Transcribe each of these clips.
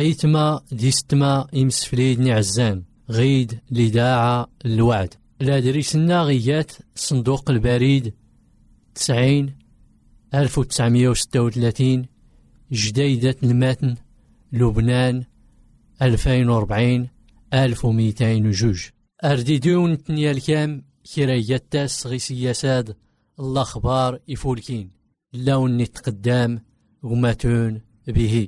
غيتما ديستما إمسفليدني عزان غيد لداعة الوعد لا دريسنا غيات صندوق البريد 90 1936 جديدة المتن لبنان 2040 1202 أرديدون تنيا الكام كرايات تاس غي سياساد الأخبار يفولكين اللون نتقدام غماتون به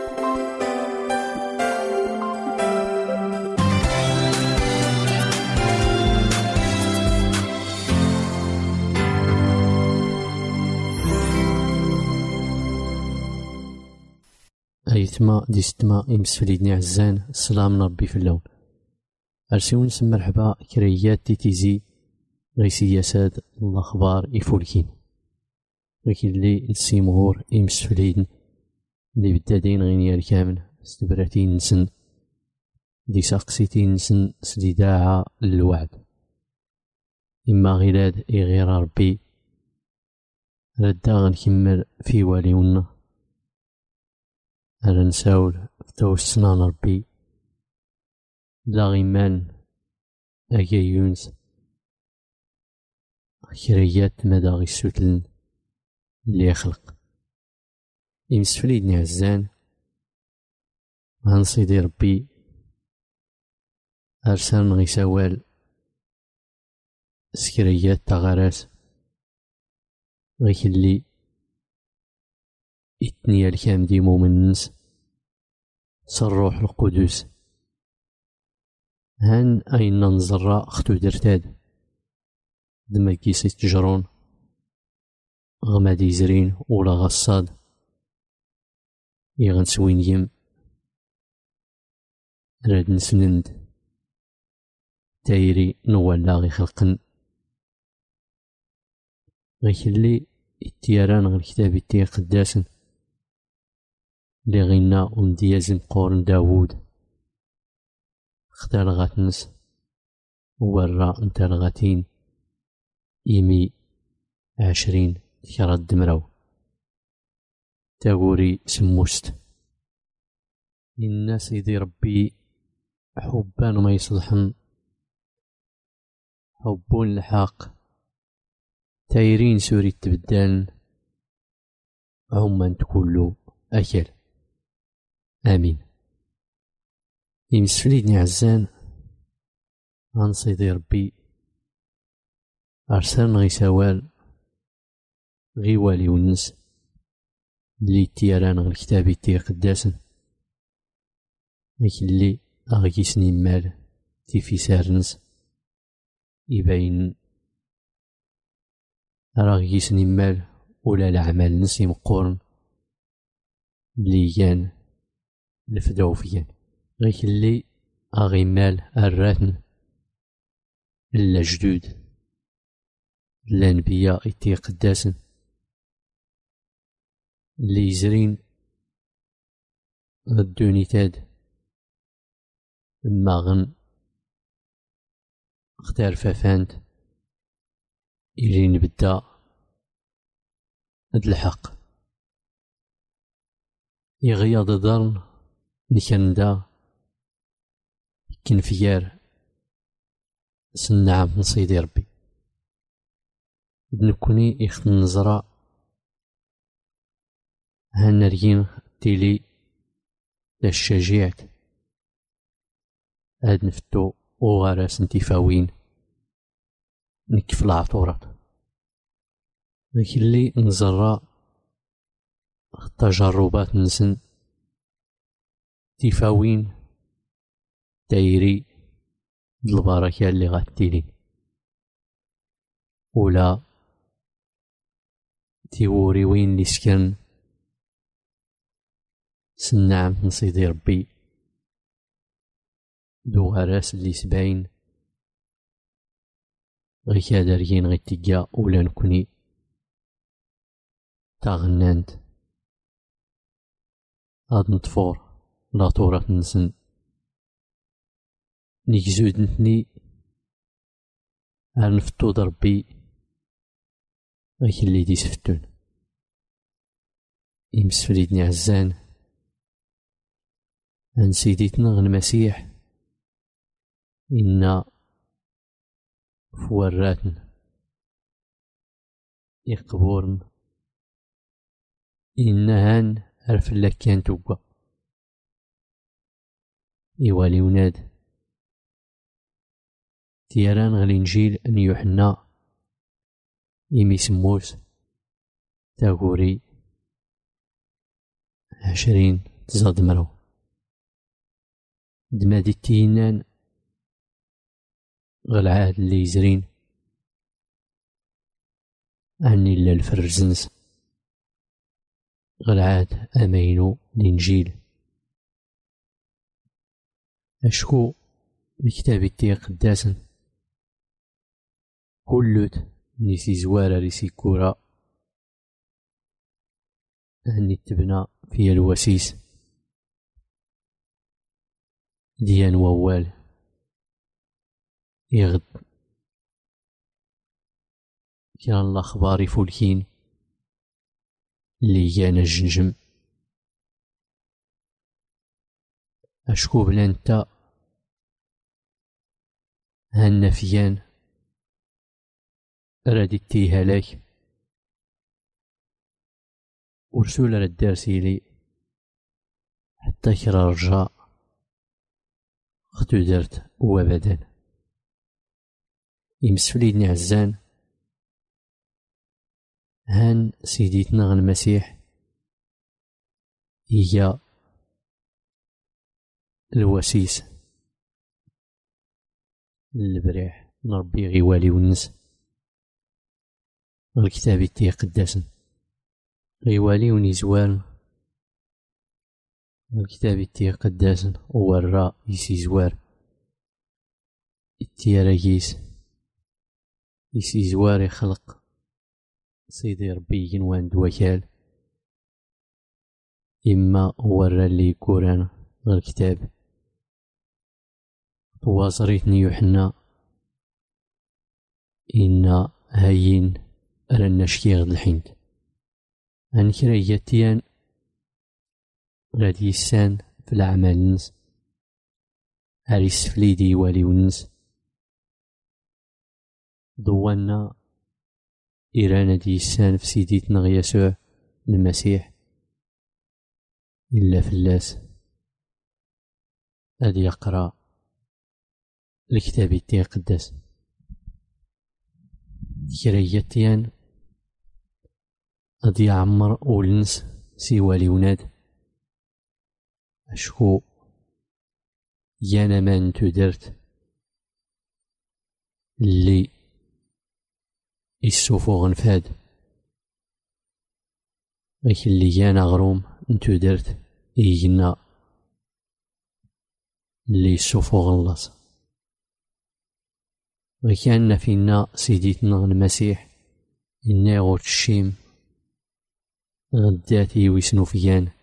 أيتما ديستما إمسفليدني عزان السلام ربي في اللون أرسيون سم مرحبا كريات تيتيزي غي سياسات الأخبار يفولكين لكن اللي نسيمهور إمسفليدن اللي بدادين غينيا الكامل استبراتين نسن دي ساقسيتين نسن سديداعة للوعد إما غيلاد غير ربي ردا غنكمل في واليونا ألا نساول فتوسنا ربي لا غيمان أجايونس كريات مدى غيسوتلن اللي يخلق يمسفليدني عزان غنصيدي ربي أرسل غيساوال سكريات تغاراس غيكلي إتنيا الكام ديمو من نس صروح القدس هان أين ننزر أختو درتاد دما كيسي تجرون غمادي زرين ولا غصاد يغنسوين يم راد نسنند تايري نوالا غي خلقن غيكلي التيران غير كتاب التي قداسن لي غينا ونديازن قورن داوود اختار غاتنس ورا انت الغاتين إيمي 20 كرا الدمراو تاغوري سموست إنا سيدي ربي حبان ما يصلحن حبون الحق تايرين سوري تبدان عمان تكلو أكل آمين يمسفليدني عزان عن سيدي ربي أرسلنا غيساوال غيوالي ونس اللي تيران غير كتابي تي قداسن لكن اللي أغيسني مال تيفي سارنس يبين أغيسني مال ولا العمل نسي مقورن بليان الفدوفيان غيك اللي أغي مال الراتن إلا جدود الأنبياء إتي قداسن اللي يزرين الدوني تاد اما غن اختار فافانت إلي نبدا هاد الحق يغياض ضرن نكندا كنفيار سنعم من سيدي ربي بنكوني يخت النزرة هنريين تيلي للشجيعت هاد نفتو وغراس نتيفاوين نكف العطورات لكن اللي نزرى التجربات نسن تيفاوين دايري البركة اللي غاتيلي ولا تيوري وين اللي سكن سنعم من سيدي ربي دو غراس اللي سباين غي كادرين غي تيجا ولا نكوني تاغنانت هاد نطفور لا طورة نسن نيكزود نتني هاد نفتو دربي غيك اللي دي سفتون يمسفريدني عزان عن سيدتنا المسيح إن فوراتن يقبورن إنهان أرفلك كان توبا إيوالي وناد تيران غالإنجيل أن يوحنا إيمي سموس تاغوري 20 تزاد مرو دمادي تينان غالعاد اللي يزرين عني إلا الفرزنس غالعاد أمينو الإنجيل أشكو بكتاب التي قداسا كلت نيسي زوارة ريسي كورا أني تبنى في الوسيس ديان ووال يغد كان الأخبار فولكين اللي جانا الجنجم أشكو بلانتا هالنفيان رادي تيهالاك ورسول ردارسيلي حتى كرا رجاء ختو درت وابدا يمسفليدني عزان هان سيديتنا المسيح هي الوسيس البريح نربي غيوالي ونس الكتاب التي قداسا غيوالي ونزوال الكتاب التي قداسا ورا يسي زوار التيراجيس يسي زوار يخلق سيدي ربي ينوان دوكال إما ورا اللي كوران الكتاب تواصريتني يوحنا إن هاين رانا شكيغ الحين عن كراياتيان غادي يسان في الأعمال نس هاريس فليدي والي ونس ضوانا إيران دي يسان في سيديتنا يسوع المسيح إلا فلاس هادي يقرأ الكتاب التي قداس كراياتيان غادي يعمر ولنس سيوالي وناد أشكو يانا ما نتو درت اللي يسوفو غنفاد غيك اللي يانا غروم نتو درت يجينا اللي يسوفو غنلاص غيكان فينا سيديتنا المسيح إنا غوت الشيم غداتي ويسنو فيان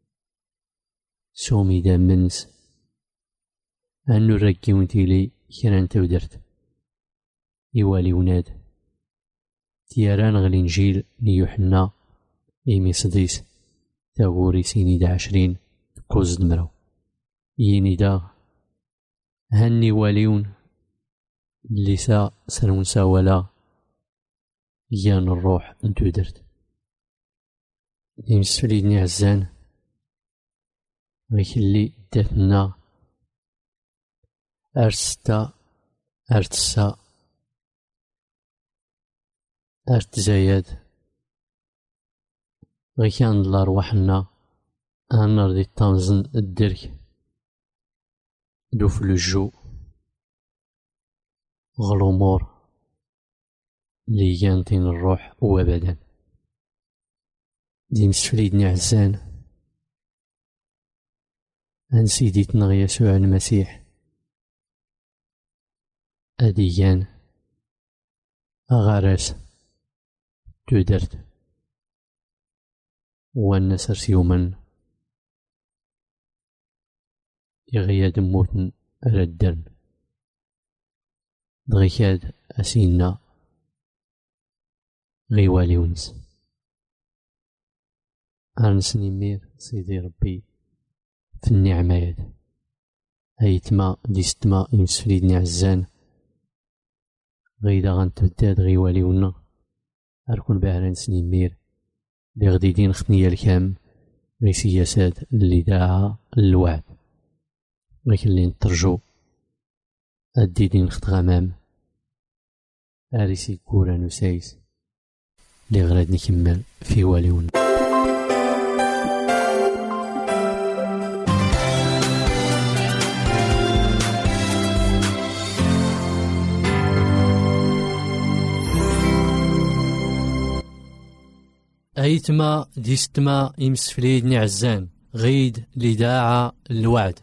سومي دا منس أنو راكي ونتيلي كران تودرت يوالي وناد تياران غالإنجيل نيوحنا إيمي صديس تاغوري سيني دا 20 كوز دمرو يني دا هاني واليون لسا سرون ساولا يان الروح انتو درت يمسفليدني عزان غيك اللي داتنا أرستا أرتسا أرتزايد غيكان الأرواحنا أنا ردي تنزن الدرك دوف لجو غلومور ليانتين الروح وابدا دي مسفليدني عزان عن سيديتنا يسوع المسيح أديان أغارس تودرت والنسر سيومن يغياد موتن ردن دغيكاد أسينا غيوالي ونس أنسني مير سيدي ربي في النعمة هيتما دي ستما يمسفليدني عزان غيدا غنتبداد غيواليونا أركون بعران سنين مير لي غديدين خطنيا الكام غي سياسات اللي داعا الوعد غيك اللي نترجو الديدين خط غمام أريسي كوران وسايس لي غراد نكمل في واليون. أيتما ديستما يمسفليدني عزان غيد لداعة الوعد.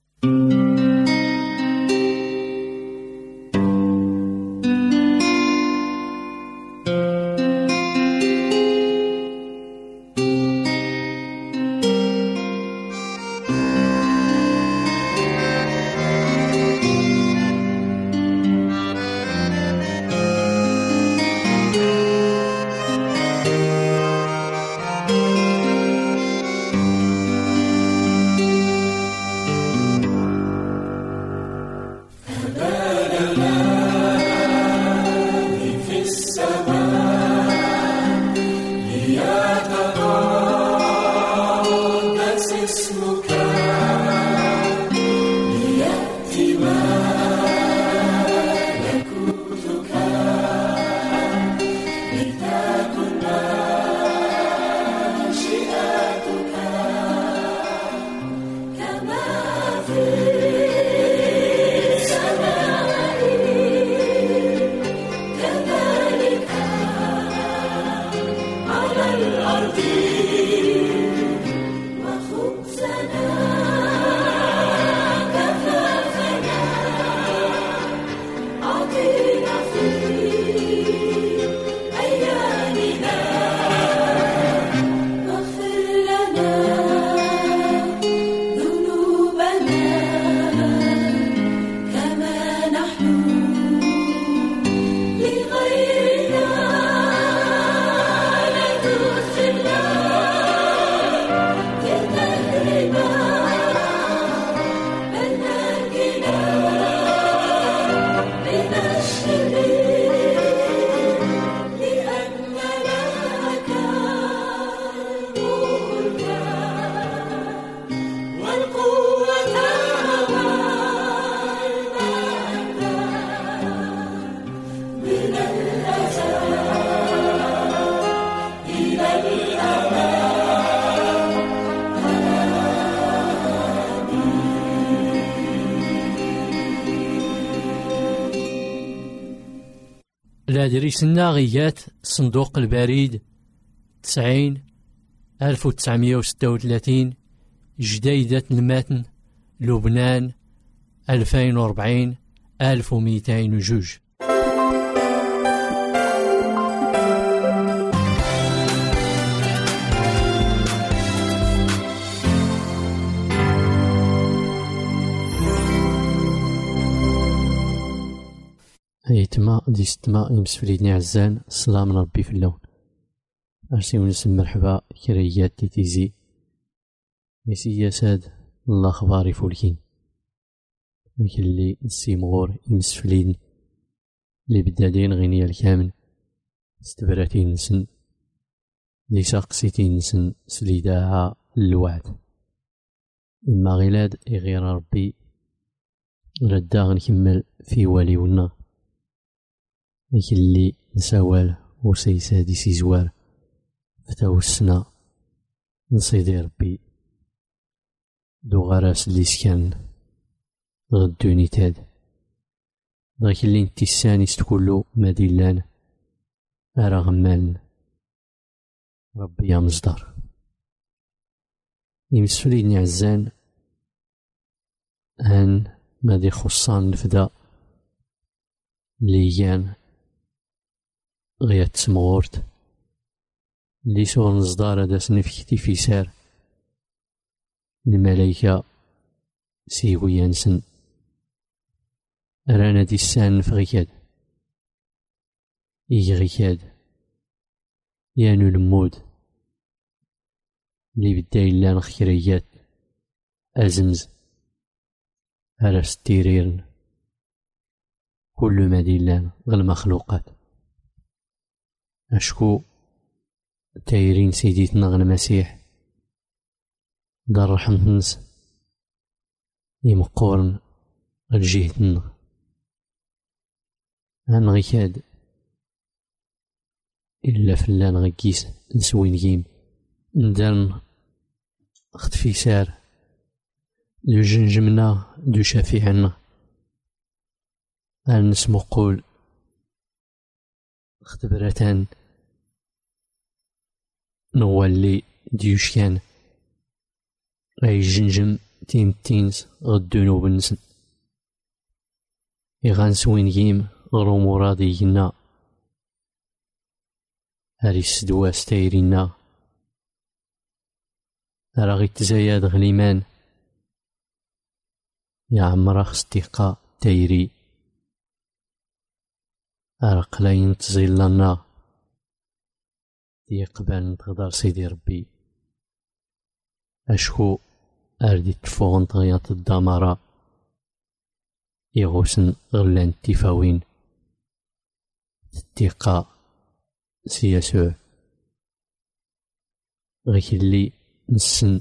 الأدريسنا غيات صندوق البريد 90-1936 جديدة المتن لبنان 2040-1202. أيتما ديستما يمسفليدني عزان السلام من ربي في اللون أرسي ونسم مرحبا كريات دي تيزي ميسي ساد الله خباري فولكين لكن اللي نسيمغور يمسفلين اللي بدادين غينيا الكامل استبراتين نسن لي ساقسيتين نسن سليداها الوعد إما غيلاد غير ربي ردا غنكمل في واليونا لكن اللي نساوال وسيسادي سيزوار فتاو السنة نصيدي ربي دو غراس اللي سكان غدوني تاد ذاك اللي نتيساني ستكولو مديلان أرا غمالن ربي يا مصدر يمسفليني عزان هان مادي خصان الفدا ليان غيات سمغورت اللي سوغ نصدار هدا سنفكتي في سار الملايكة سيغو يانسن رانا دي السان فغيكاد يغيكاد يانو المود اللي بدا إلا نخكريات أزمز أرس تيريرن كل ما ديلان غير المخلوقات أشكو تايرين سيديتنا غير المسيح دار رحمتنس يمقورن الجهتنا غيكاد إلا فلان غيكيس نسوين جيم ندارن اختفي سار دو جنجمنا دو شافعنا نسمو قول اختبرتان نوالي ديوشكان غي جنجم تينز غدونو بنسن إغان سوين جيم غرو مرادي جنا هاري السدوا ستايرينا راغي تزايد غليمان يا عمرا خستيقا تايري أرقلاين تزيلنا يقبل نتغدر سيدي ربي أشكو أردي تفوغن طغيات الدمارة يغوسن غلان تيفاوين تتيقا سياسو غيك اللي نسن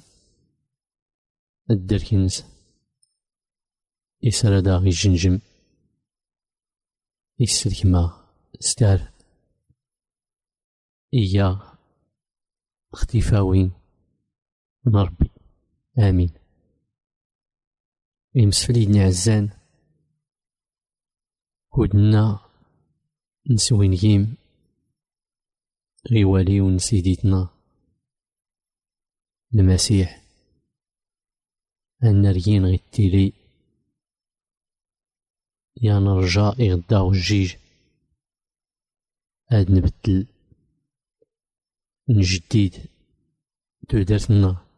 الدركنز يسردا غي جنجم يسلكما ستار إيا اختفاوين نربي آمين. يمسفلي نعزان كودنا نسوين جيم غيوالي ونسيديتنا المسيح النريين غيتيلي يا نرجع إغدا وجيج هاد نبدل نجديد تودرتنا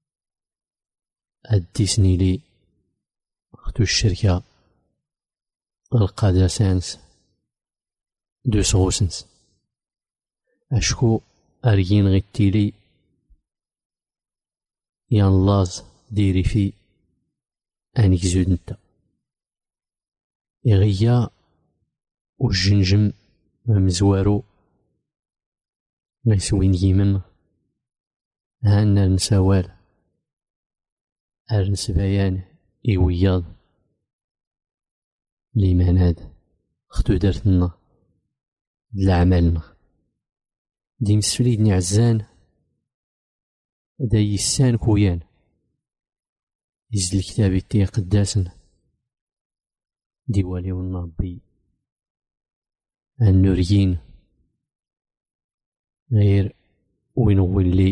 هاد ديسني لي اختو الشركة القادة سانس دو سغوسنس أشكو أريين غيتيلي يان لاز ديري في أنيك زود نتا إغيا والجنجم مزوارو غيسوين يمن هانا نسوال أرنس بيان إيوياض ليماناد اختو دارتنا لعملنا دي مسفليد نعزان دا يسان كويان يزل كتابي تي قداسن ديوالي والنبي النوريين غير وين ولي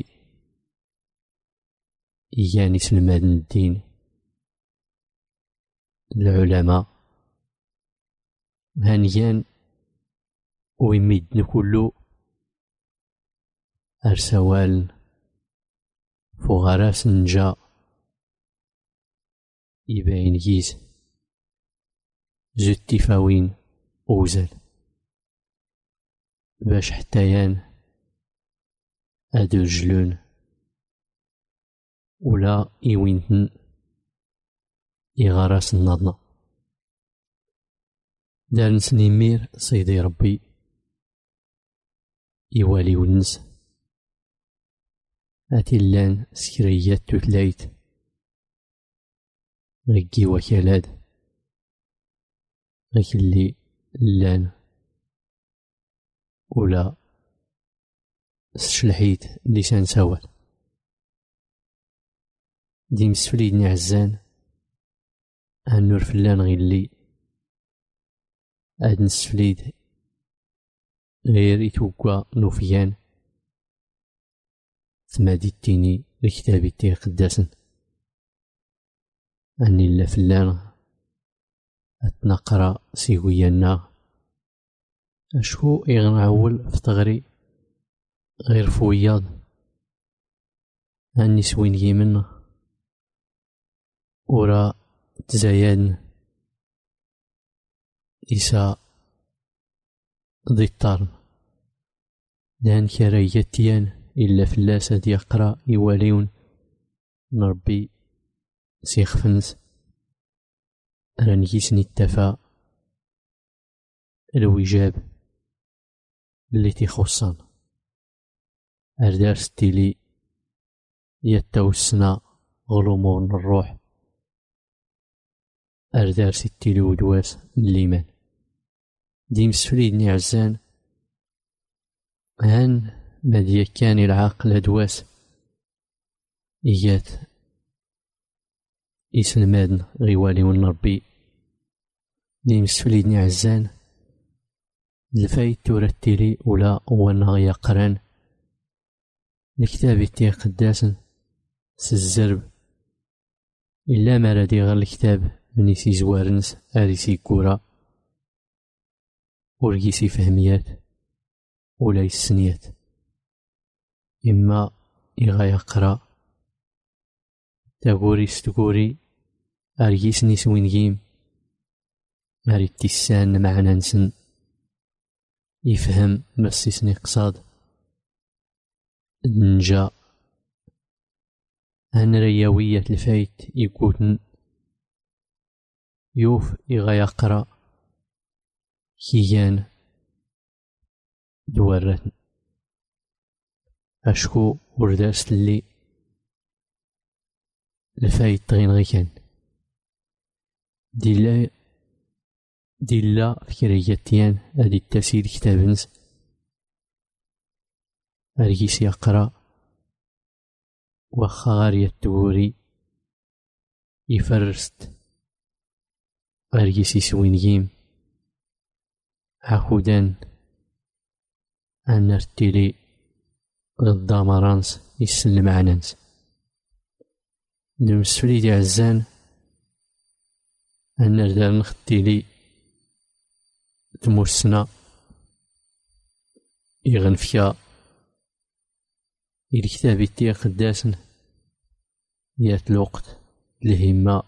إياني سلمان الدين العلماء هانيان ويميدن كلو أرسوال فغراس نجا يباين جيز زود تفاوين أوزل باش حتايان أدو جلون ولا إيوينتن إغراس النضنا دارن سنيمير سيدي ربي يوالي ونس أتلان سكريات تتلايت غيكي وكالاد غيك اللي لان ولا سشلحيت لسان سوال دي مسفليد نعزان هنور فلان غيلي هاد نسفليد غير يتوقع نوفيان ثمادي التيني لكتابي تي قداسن أني لا فلان أتنقرا سيويانا أشكو إغنعول في تغري غير فوياض أني سوين يمن ورا تزايد إسا ضي الطارم دان كرايتيان إلا فلاسة يقرا يواليون نربي سيخفنس رانيسني التفا الوجاب اللي تيخصن أردار ستيلي يتوسنا غلومون الروح أردار ستيلي ودواس الليمان ديم سفليدني عزان هان ماديا كان العقل أدواس إيات إسن مادن غيوالي ونربي ديم سفليدني عزان الفايت تورتيلي ولا وانا يقران الكتاب تي قداسن سزرب إلا ما رادي غير الكتاب من يسي زوارنس أريسي كورا ورقيسي فهميات ولا يسنيات إما إغا يقرا تاغوري ستغوري أريسني سوينجيم ماري تيسان معنا نسن يفهم مسيسني قصاد نجا هن رياوية الفايت يكوتن يوف إغا يقرا كيان دوارتن أشكو ورداس اللي الفايت غين غيكان ديلا فكرياتيان هادي التاسير كتابنس أريس يقرا وخا غارية التوري يفرست أريس يسوينجيم عهودان أن نرتلي غدا مرانس يسلم عنانس نمسفلي دي عزان أن نردار نختيلي تموسنا يغنفيا الكتاب تي قداسن يات الوقت الهمة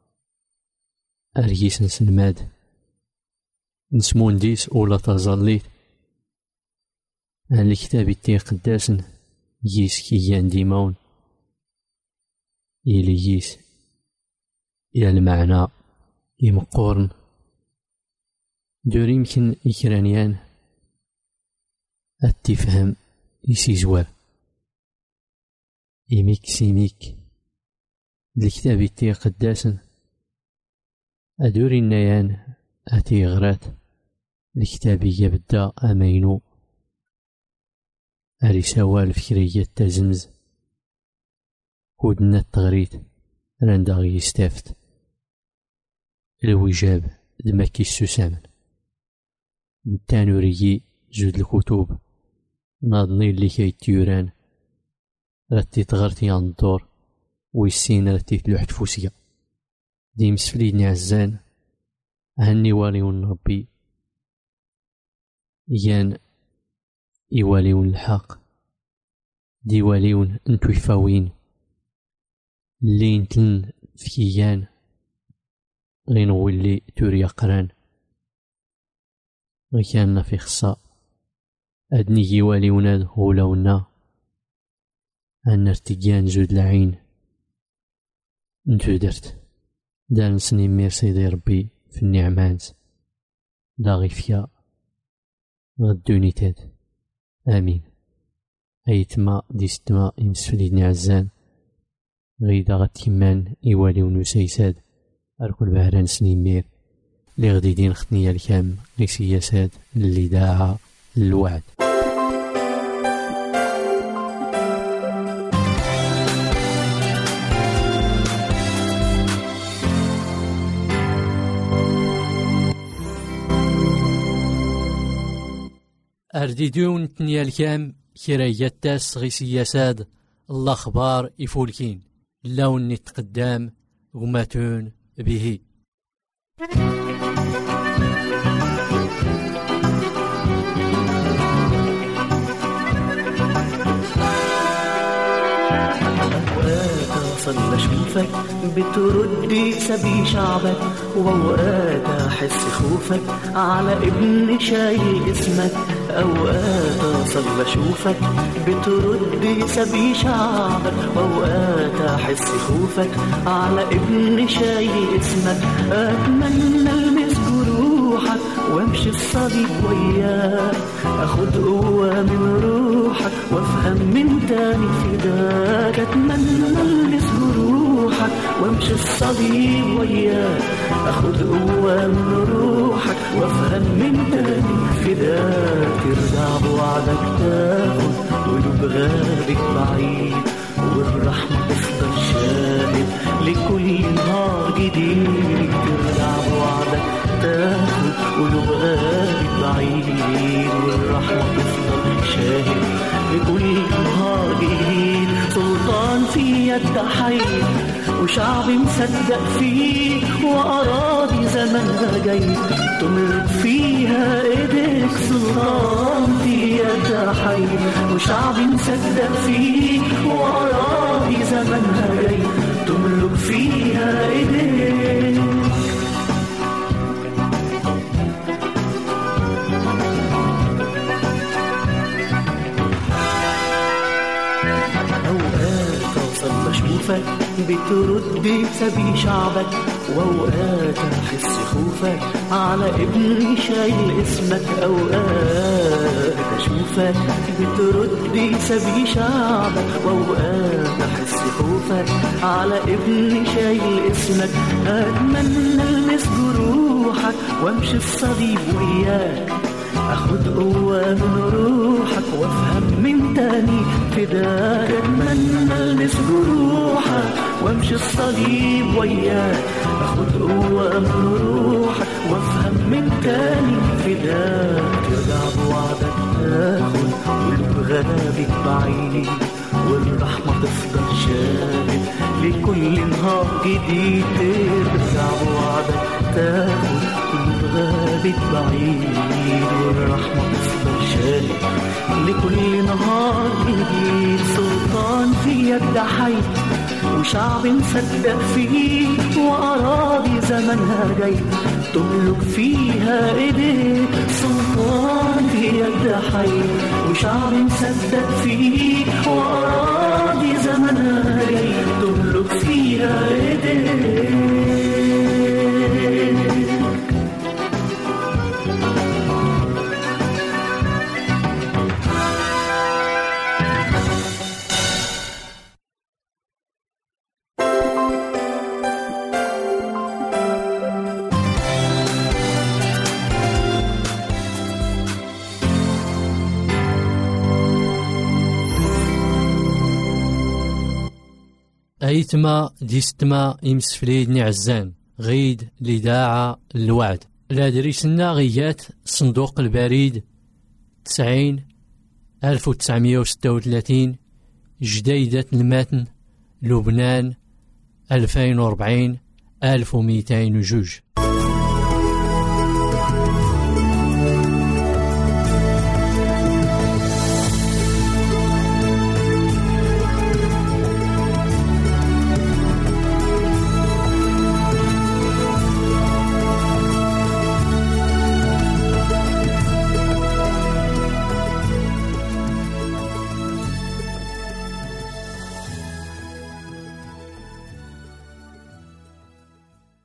أريس نسلماد نسمون ديس ولا تظليت أن الكتاب تي قداسن يس كيان ديمون إلي يس إلى المعنى يمقورن دور يمكن إكرانيان التفهم يسيزوار إيميك سيميك الكتاب تي قداسن أدوري النيان أتي غرات الكتاب يبدا أمينو أريساوا الفكرية تزمز ودنا التغريد راندا يستافت الوجاب دمكي السوسامن نتانوريي جود الكتب ناضني اللي كيتيوران راتي تغرتي عن الدور ويسين راتي تلوحت فوسيا دي مسفليدني عزان هني واليون ربي يان يواليون الحق دي واليون انتو يفاوين اللي نتلن فيان غين ولي توريا قران غيكاننا في خصا أدني يواليون هولاونا أن نرتقيان زود العين نتو درت دان سني مير سيدي ربي في النعمانت داغي فيا غدوني تاد آمين أيتما ديستما يمسفليدني عزان غيدا غتيمان يواليون وسيساد أركل بهران سني مير لي غديدين ختنيا الكام لي سياسات اللي داعا الوعد أرديدون تنيا الكام كرايات تاس غي سياسات الأخبار يفولكين اللون نتقدام غماتون به صلى شوفك بتردي سبي شعبك، وأوقات أحس خوفك على ابن شايل اسمك. أوقات أصل أشوفك بتردي سبي شعبك، وأوقات أحس خوفك على ابن شايل اسمك. أتمنى ألمس جروحك وامشي الصليب وياك، اخد قوة من روحك وافهم من تاني فداك. اتمنى ألمس جروحك وامشي الصليب وياك، اخد قوة من روحك وافهم من تاني فداك. ترجع بوعدك تاخد قلوب غابك بعيد، والرحمة تفضل شاهد لكل نهار جديد. ترجع بوعدك تاخد قلوب غابك بعيد، والرحمة تفضل شاهد لكل نهار جديد. سلطان في يد حي وشعب مصدق فيه، وأراضي زمنها جاي تملك فيها ايديك. سلطان في يد حي وشعب مصدق فيه، وأراضي زمنها جاي تملك فيها ايديك. بشوفك بتردي سبي شعبك، وأوقات أحس خوفك على ابن شايل اسمك. أوقات أشوفك بتردي سبي شعبك، وأوقات أحس خوفك على ابن شايل اسمك. أتمنى ألمس جروحك وامشي الصليب وياك، اخد قوة من روحك وافهم من تاني فداك. اتمنى ألمس جروحك وامشي الصليب وياك، اخد قوة من روحك وافهم من تاني فداك. ترجع بوعدك تاخد قلوب غابك بعيد، والرحمة تفضل شاهد لكل نهار جديد. ترجع بوعدك تاخد قلوب غابك بعيد، والرحمة تفضل شاهد لكل نهار جديد. سلطان في يد حي وشعب مصدق فيه، وأراضي زمنها جاي تملك فيها ايديك. سلطان في يد حي وشعب مصدق فيه، وأراضي زمنها جاي تملك فيها ايديك. أيتما ديستما إمسفليدني عزان غيد لداعة الوعد. الأدريسنا غيات صندوق البريد 90-1936 جديدة المتن لبنان 2040-1202.